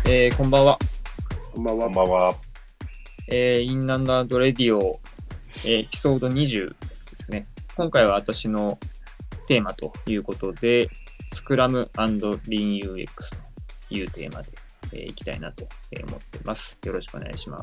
こんばんは。 こんばんは。 こんばんは。 インランダードレディオ、エピソード20ですね。今回は私のテーマということで、スクラム&リーン UX というテーマで、いきたいなと思っています。よろしくお願いします。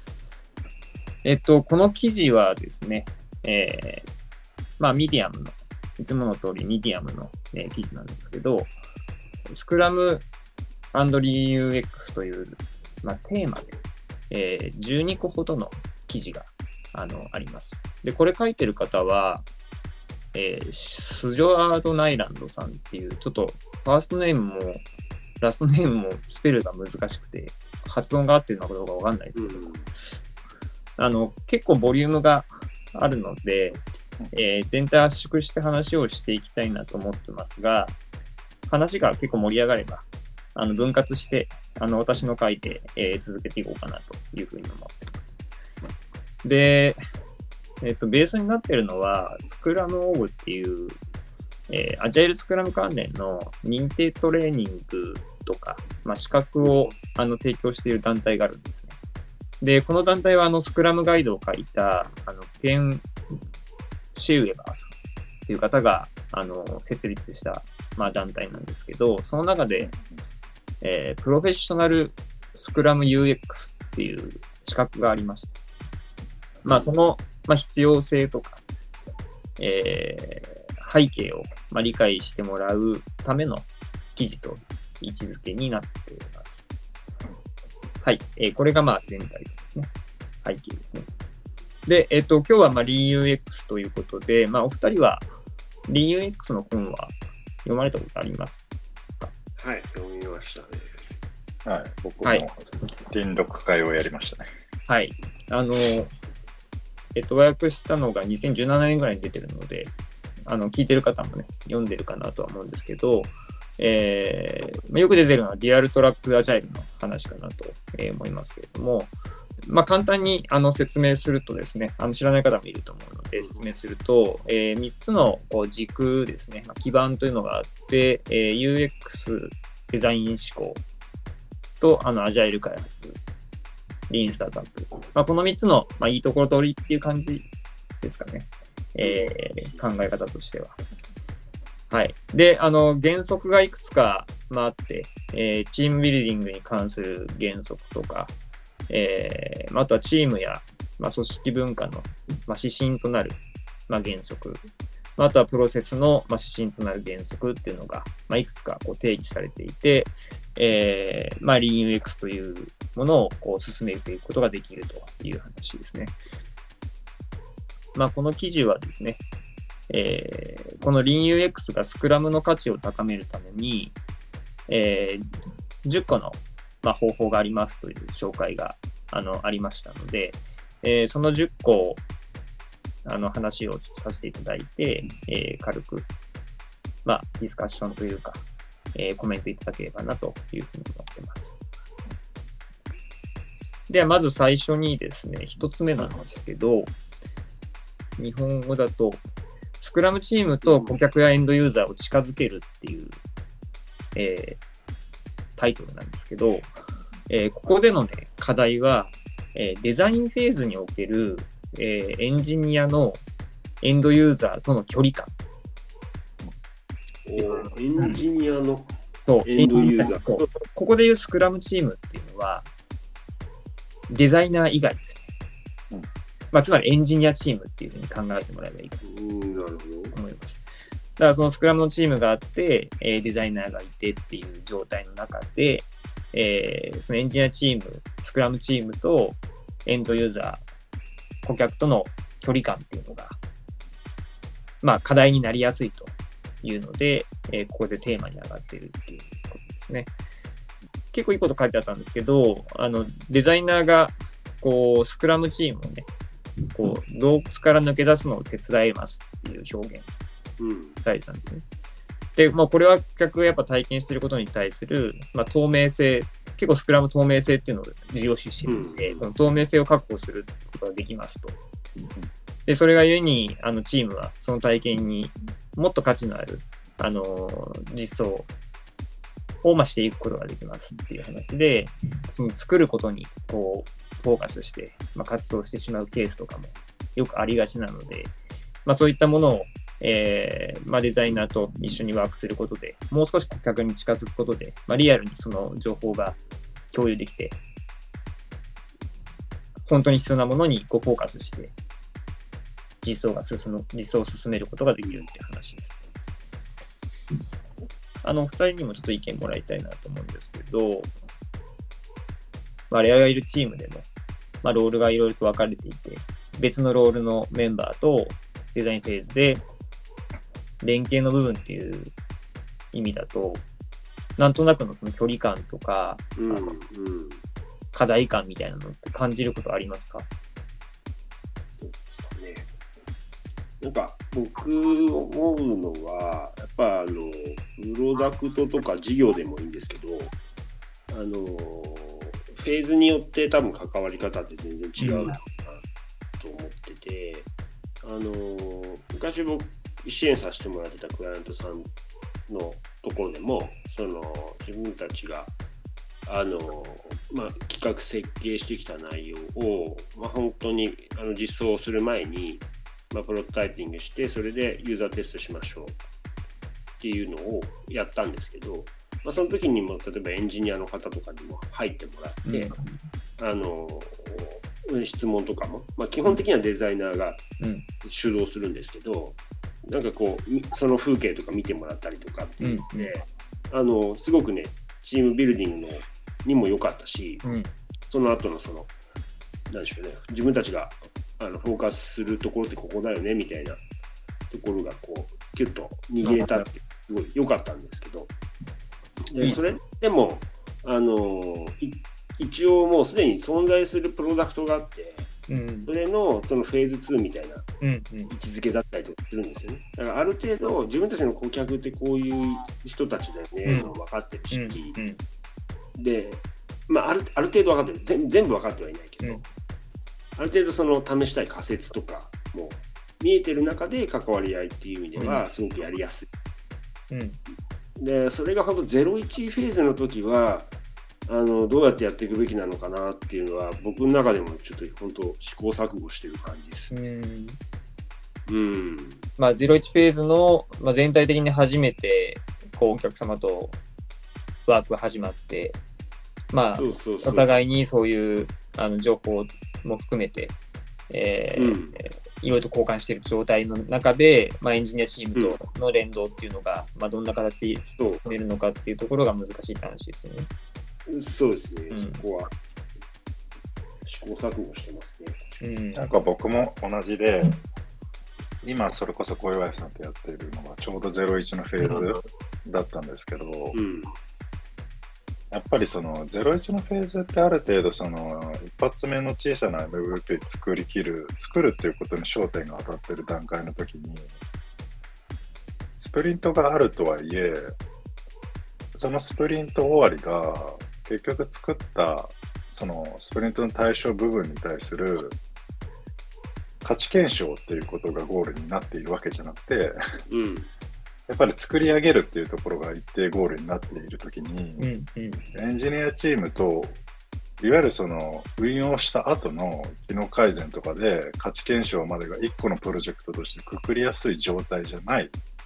この記事はですね、ミディアムの、いつもの通りミディアムの、記事なんですけど、スクラム&リーン UX という、テーマで、12個ほどの記事があります。で、これ書いてる方は、スジョアード・ナイランドさんっていう、ちょっとファーストネームもラストネームもスペルが難しくて、発音が合ってるのかどうかわかんないですけど、結構ボリュームがあるので、全体圧縮して話をしていきたいなと思ってますが、話が結構盛り上がれば、分割して、私の回で、続けていこうかなというふうに思っています。で、ベースになっているのは、スクラムオブっていう、アジャイルスクラム関連の認定トレーニングとか、資格を提供している団体があるんですね。で、この団体はスクラムガイドを書いたケン・シェウエバーさんっていう方が設立した、団体なんですけど、その中で、プロフェッショナルスクラム UX っていう資格がありまして、その、必要性とか、背景を、理解してもらうための記事と位置づけになっています。はい。これが全体ですね。背景ですね。で、今日はリーン UX ということで、お二人はリーン UX の本は読まれたことありますか？ はい、読みましたね。 はい、僕も臨読会をやりましたね。 はい。和訳したのが2017年ぐらいに出てるので、聞いてる方もね、読んでるかなとは思うんですけど、よく出てるのはリアルトラックアジャイルの話かなと思いますけれども、簡単に説明するとですね、知らない方もいると思うので説明すると、3つの軸ですね、基盤というのがあって、UX デザイン思考とアジャイル開発、リーンスタートアップ。この3つの、いいところ取りっていう感じですかね。考え方としては。はい。で、原則がいくつか、あって、チームビルディングに関する原則とか、あとはチームや、組織文化の、指針となる、原則。あとはプロセスの、指針となる原則っていうのが、いくつか定義されていて、リーン UX というものを進めていくことができるという話ですね。この記事はですね、このリーン UX がスクラムの価値を高めるために、10個の、方法がありますという紹介がありましたので、その10個を話をさせていただいて、軽く、ディスカッションというか、コメントいただければなというふうに思っています。ではまず最初にですね、一つ目なんですけど、日本語だと、スクラムチームと顧客やエンドユーザーを近づけるっていう、タイトルなんですけど、ここでの、ね、課題は、デザインフェーズにおける、エンジニアのエンドユーザーとの距離感。 エンジニアのエンドユーザー。そう。ここでいうスクラムチームっていうのは、デザイナー以外ですね。つまりエンジニアチームっていうふうに考えてもらえばいいかと思います。だからそのスクラムのチームがあって、デザイナーがいてっていう状態の中で、そのエンジニアチーム、スクラムチームとエンドユーザー、顧客との距離感っていうのが、課題になりやすいというので、ここでテーマに上がっているっていうことですね。結構いいこと書いてあったんですけど、デザイナーがスクラムチームをね、洞窟から抜け出すのを手伝いますっていう表現書いてたんですね。で、これは顧客がやっぱ体験していることに対する、透明性、結構スクラム透明性っていうのを重要視しているので、この透明性を確保することができますと。で、それがゆえに、チームはその体験にもっと価値のある、実装をしていくことができますっていう話で、その作ることにこうフォーカスして、活動してしまうケースとかもよくありがちなので、そういったものを、デザイナーと一緒にワークすることで、もう少し顧客に近づくことで、リアルにその情報が共有できて、本当に必要なものにフォーカスして、実装を進めることができるっていう話です。2人にもちょっと意見もらいたいなと思うんですけど、我々がいるチームでも、ロールがいろいろと分かれていて、別のロールのメンバーとデザインフェーズで連携の部分っていう意味だと、なんとなくのその距離感とか、課題感みたいなのって感じることありますか？ なんか僕思うのはやっぱプロダクトとか事業でもいいんですけど、フェーズによって多分関わり方って全然違うなと思ってて、昔僕支援させてもらってたクライアントさんのところでも自分たちが企画設計してきた内容を、本当に実装する前にプロトタイピングして、それでユーザーテストしましょうっていうのをやったんですけど、その時にも例えばエンジニアの方とかにも入ってもらって、質問とかも、基本的にはデザイナーが主導するんですけど、なんかこうその風景とか見てもらったりとかっていうので、すごくねチームビルディングにも良かったし、その後の何でしょうね、自分たちがフォーカスするところってここだよねみたいなところがこうキュッと握れたってすごい良かったんですけど、でそれでも一応もうすでに存在するプロダクトがあって、それのそのフェーズ2みたいな位置づけだったりとかするんですよね。だからある程度自分たちの顧客ってこういう人たちだよね、分かってるし、で、ある程度分かってる、全部分かってはいないけど、ある程度その試したい仮説とかも見えてる中で関わり合いっていう意味ではすごくやりやすい。でそれが本当01フェーズの時はどうやってやっていくべきなのかなっていうのは僕の中でもちょっと本当試行錯誤してる感じです。 01フェーズの、全体的に初めてお客様とワークが始まって、お互いにそういう情報も含めて、いろいろと交換している状態の中で、エンジニアチームとの連動っていうのが、どんな形で進めるのかっていうところが難しいって話ですよね。 そうですね、そこは試行錯誤してますね。なんか僕も同じで、今それこそ小岩さんとやっているのがちょうど01のフェーズだったんですけど、やっぱりその01のフェーズってある程度その一発目の小さな MVP 作るっていうことに焦点が当たってる段階の時にスプリントがあるとはいえ、そのスプリント終わりが結局作ったそのスプリントの対象部分に対する価値検証っていうことがゴールになっているわけじゃなくて、やっぱり作り上げるっていうところが一定ゴールになっているときに、エンジニアチームといわゆるその運用した後の機能改善とかで価値検証までが1個のプロジェクトとしてくくりやすい状態じゃない、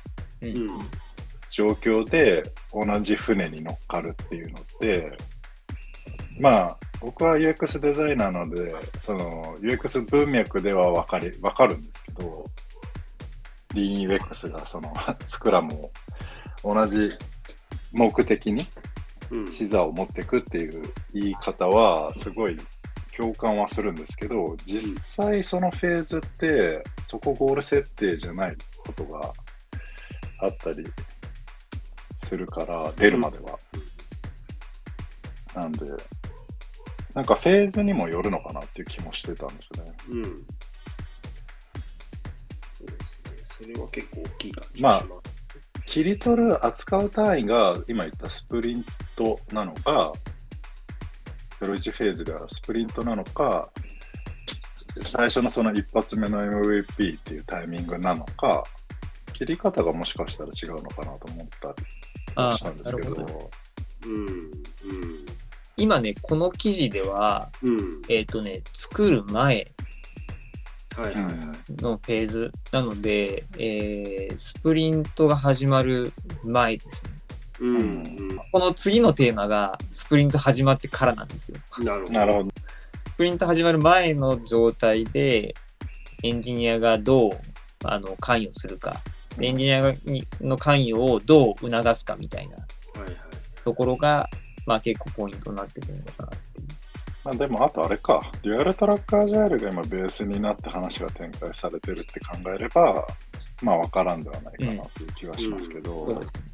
状況で同じ船に乗っかるっていうのって僕は UX デザイナーなのでその UX 文脈では分かるんですけど、リーン UX がそのスクラムを同じ目的に視座を持っていくっていう言い方はすごい共感はするんですけど、実際そのフェーズってそこゴール設定じゃないことがあったりするから出るまでは、なんでなんかフェーズにもよるのかなっていう気もしてたんですよね。 そうですね。それは結構大きい感じがします。 切り取る扱う単位が今言ったスプリントなのか、01フェーズがスプリントなのか、最初のその一発目の MVP っていうタイミングなのか、切り方がもしかしたら違うのかなと思ったりしたんですけど、 今ね、この記事では、作る前のフェーズなので、スプリントが始まる前ですね。この次のテーマがスプリント始まってからなんですよ。 なるほど。 スプリント始まる前の状態でエンジニアがどう関与するか、エンジニアの関与をどう促すかみたいなところが、結構ポイントになってくるのかなっていう。 でもあとあれか、デュアルトラッカージャイルが今ベースになって話が展開されてるって考えれば、分からんではないかなという気はしますけど、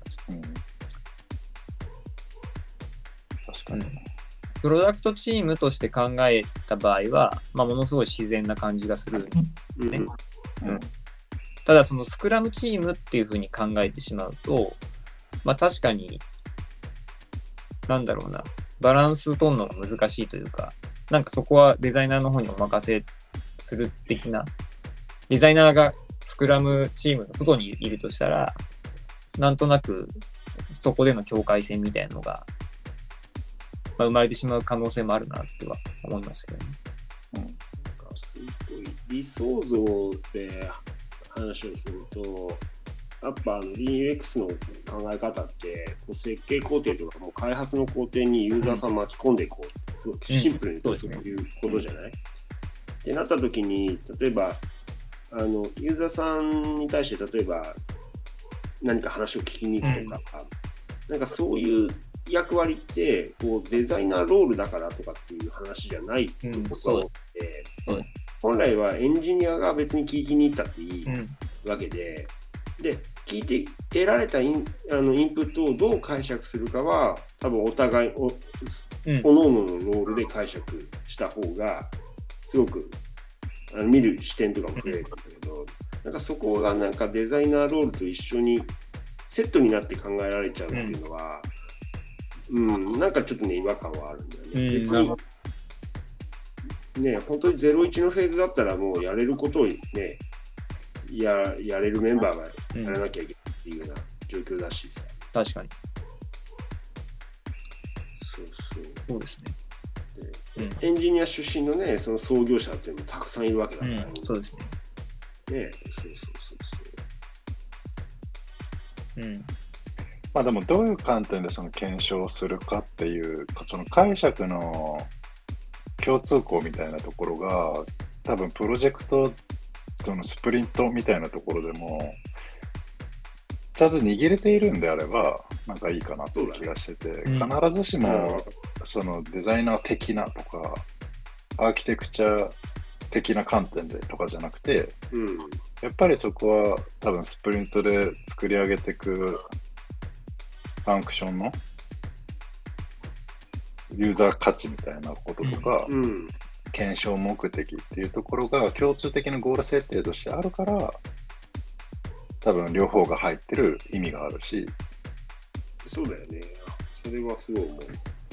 確かに。 プロダクトチームとして考えた場合は、ものすごい自然な感じがする、ね。ただそのスクラムチームっていう風に考えてしまうと、確かにバランス取るのが難しいというか、そこはデザイナーの方にお任せする的な、デザイナーがスクラムチームの外にいるとしたら、なんとなくそこでの境界線みたいなのが、生まれてしまう可能性もあるなっては思いましたけどね。 すごい理想像で話をすると、やっぱDUX の考え方って設計工程とかもう開発の工程にユーザーさん巻き込んでいこう、すごくシンプルにそういうことじゃない、ってなった時に、例えばユーザーさんに対して例えば何か話を聞きに行くとか、そういう役割ってデザイナーロールだからとかっていう話じゃないってことが多くて、本来はエンジニアが別に聞きに行ったっていいわけで、聞いて得られたインプットをどう解釈するかは多分お互い各々のロールで解釈した方がすごく見る視点とかも増えるんだけど、そこがデザイナーロールと一緒にセットになって考えられちゃうっていうのは、ちょっとね違和感はあるんだよね。別にね、本当に01のフェーズだったらもうやれることをねやれるメンバーがやらなきゃいけないっていうような状況だしさ。 確かに。 そうですね。エンジニア出身のね、その創業者っていうのもたくさんいるわけだから、 そうですね。 ね、 でもどういう観点でその検証するかっていうその解釈の共通項みたいなところが多分プロジェクトそのスプリントみたいなところでもちゃんと握れているんであればいいかなという気がしてて、必ずしもそのデザイナー的なとかアーキテクチャ的な観点でとかじゃなくて、やっぱりそこは多分スプリントで作り上げていくファンクションのユーザー価値みたいなこととか、検証目的っていうところが共通的なゴール設定としてあるから多分両方が入ってる意味があるし。 そうだよね。それはすごい思う。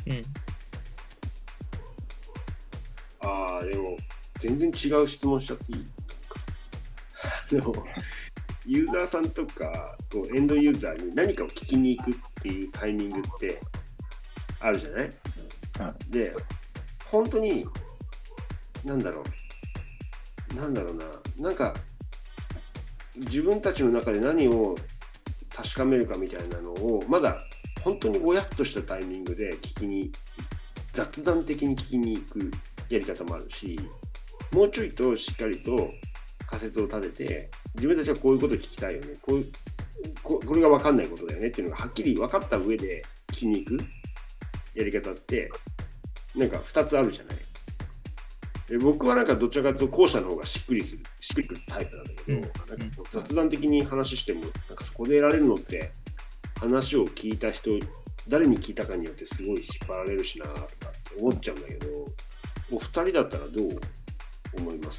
でも全然違う質問しちゃっていい？でもユーザーさんとかエンドユーザーに何かを聞きに行くっていうタイミングってあるじゃない？で、本当になんだろうな、自分たちの中で何を確かめるかみたいなのをまだ本当にぼやっとしたタイミングで雑談的に聞きに行くやり方もあるし、もうちょいとしっかりと仮説を立てて自分たちはこういうことを聞きたいよね、これが分かんないことだよねっていうのがはっきり分かった上で聞きに行くやり方って2つあるじゃない。僕はどちらかというと後者の方がしっくりくるタイプなんだけど、雑談的に話してもそこで得られるのって話を聞いた人誰に聞いたかによってすごい引っ張られるしなとかって思っちゃうんだけど、お二人だったらどう思います？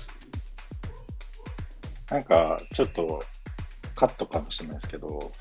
ちょっとカットかもしれないですけど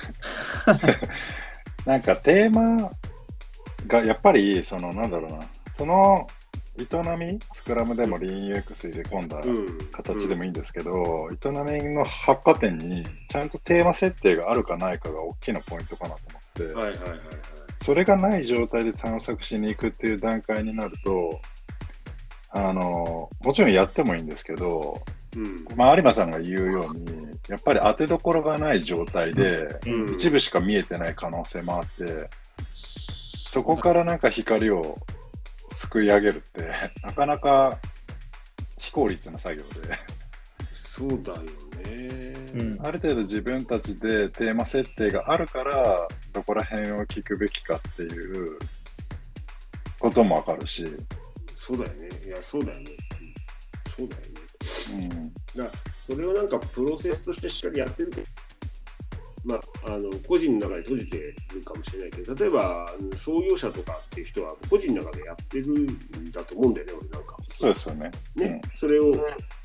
テーマがやっぱりその営み、スクラムでもリーン UX 入れ込んだ形でもいいんですけど、営みの発火点にちゃんとテーマ設定があるかないかが大きなポイントかなと思ってて、 それがない状態で探索しに行くっていう段階になると、もちろんやってもいいんですけど、まあ有馬さんが言うように、やっぱり当てどころがない状態で、一部しか見えてない可能性もあって、そこからなんか光をすくい上げるって、なかなか非効率な作業で。 そうだよね、 ある程度自分たちでテーマ設定があるから、どこら辺を聞くべきかっていうこともわかるし。 そうだよね。いや、そうだよね。そうだよね。だからそれをなんかプロセスとしてしっかりやってると、まあ、個人の中で閉じてるかもしれないけど、例えば創業者とかっていう人は個人の中でやってるんだと思うんだよね、俺なんか。 そうですよね。 それを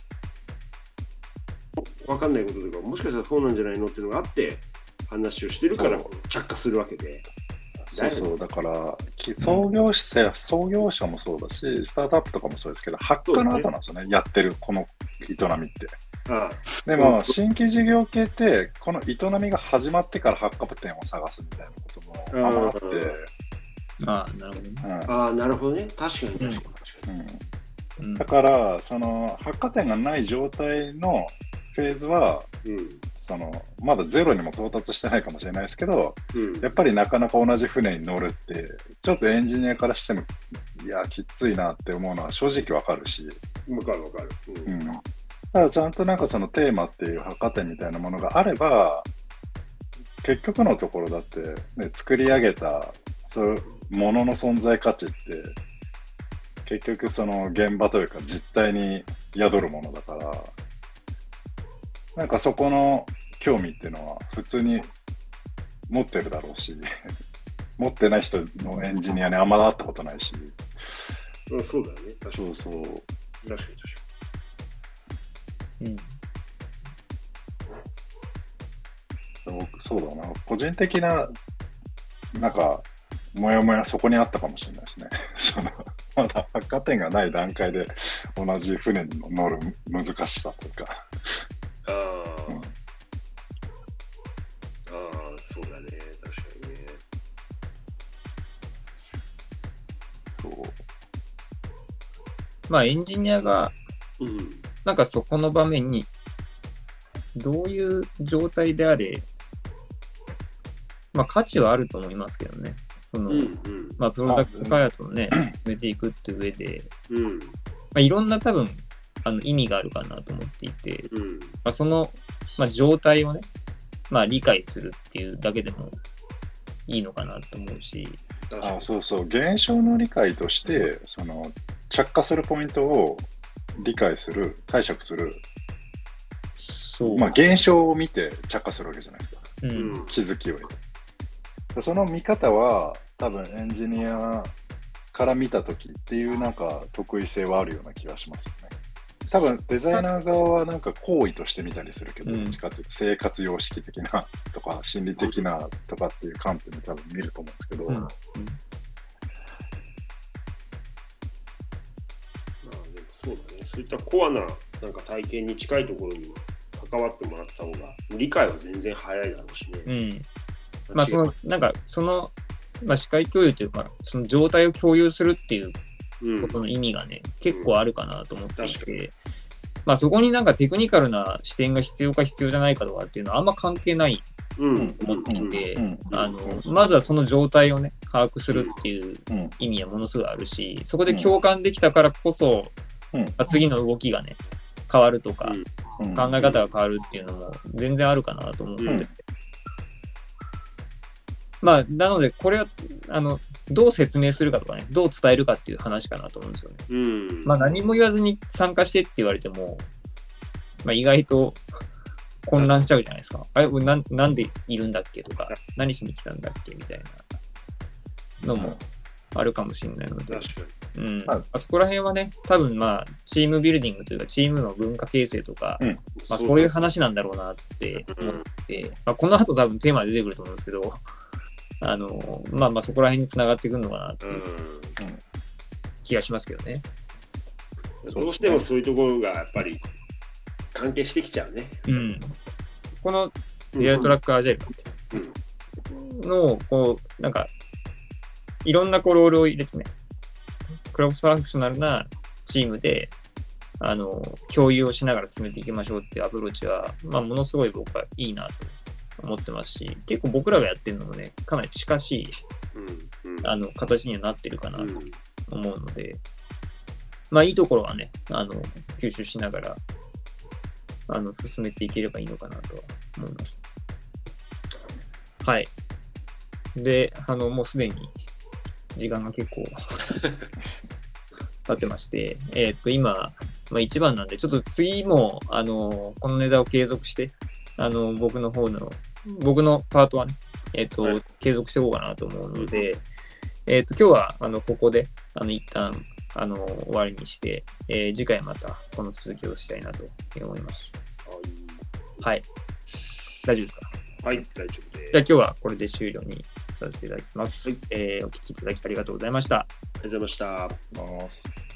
分かんないこととか、もしかしたらそうなんじゃないのっていうのがあって話をしてるから着火するわけで。 そうそう、だから創業者もそうだし、スタートアップとかもそうですけど、発火の後なんですよね、やってるこの営みって。でも新規事業系ってこの営みが始まってから発火点を探すみたいなこともあって、 なるほどね。なるほどね。確かに。 だからその発火点がない状態のフェーズは、まだゼロにも到達してないかもしれないですけど、やっぱりなかなか同じ船に乗るってちょっとエンジニアからしてもいやきついなって思うのは正直わかるし、 わかる、 ただちゃんとなんかそのテーマっていう発火点みたいなものがあれば、結局のところだって、ね、作り上げたそういうものの存在価値って結局その現場というか実態に宿るものだから、なんかそこの興味っていうのは普通に持ってるだろうし持ってない人のエンジニアにあんま会ったことないし。 そうだよね。確かに。 そう。 確かに。 そうだな。個人的ななんかモヤモヤそこにあったかもしれないですね。まだ発火点がない段階で同じ船に乗る難しさというか。 そうだね。確かにね。 そう。 まあエンジニアがなんかそこの場面にどういう状態であれ、まあ価値はあると思いますけどね。まあプロダクト開発をね、進めていくっていう上で、まあいろんな多分意味があるかなと思っていて、まあ、その、まあ、状態をね、まあ理解するっていうだけでもいいのかなと思うし。 そうそう、現象の理解として着火するポイントを理解する、解釈する。まあ現象を見て着火するわけじゃないですか。気づきを得て。その見方は多分エンジニアから見た時っていうなんか得意性はあるような気がしますよね。多分デザイナー側はなんか行為として見たりするけど、どっちかというと生活様式的なとか心理的なとかっていう観点で多分見ると思うんですけど、でもそうだね。そういったコアななんか体験に近いところに関わってもらった方が理解は全然早いだろうしね。 まあまあ、視界共有というかその状態を共有するっていうことの意味がね、結構あるかなと思っていて、まあそこになんかテクニカルな視点が必要か必要じゃないかとかっていうのはあんま関係ないと思っていて、まずはその状態をね把握するっていう意味はものすごいあるし、そこで共感できたからこそ、次の動きがね変わるとか、考え方が変わるっていうのも全然あるかなと思ってて、まあなのでこれはどう説明するかとかね、どう伝えるかっていう話かなと思うんですよね。まあ何も言わずに参加してって言われても、まあ意外と混乱しちゃうじゃないですか。あれ、なんでいるんだっけとか、何しに来たんだっけみたいなのもあるかもしれないので、そこら辺はね、多分まあチームビルディングというかチームの文化形成とか、まあそういう話なんだろうなって思って、まあこの後多分テーマで出てくると思うんですけど、まあそこら辺に繋がってくるのかなっていう気がしますけどね。 どうしてもそういうところがやっぱり関係してきちゃうね。 このリアルトラックアジャイルのこうなんかいろんなこうロールを入れてね、クロスファンクショナルなチームで、共有をしながら進めていきましょうっていうアプローチは、まあ、ものすごい僕はいいなと思ってますし、結構僕らがやってるのもね、かなり近しい、形にはなってるかなと思うので、まあ、いいところはね、吸収しながら、進めていければいいのかなとは思います。はい。で、もうすでに時間が結構経ってまして、今、まあ、1番なんで、ちょっと次も、このネタを継続して、僕のパートはね、継続していこうかなと思うので、今日は、ここで、一旦、終わりにして、次回またこの続きをしたいなと思います。はい。大丈夫ですか？ はい、大丈夫です。 じゃあ今日はこれで終了にさせていただきます。はい、お聞きいただきありがとうございました。 ありがとうございました。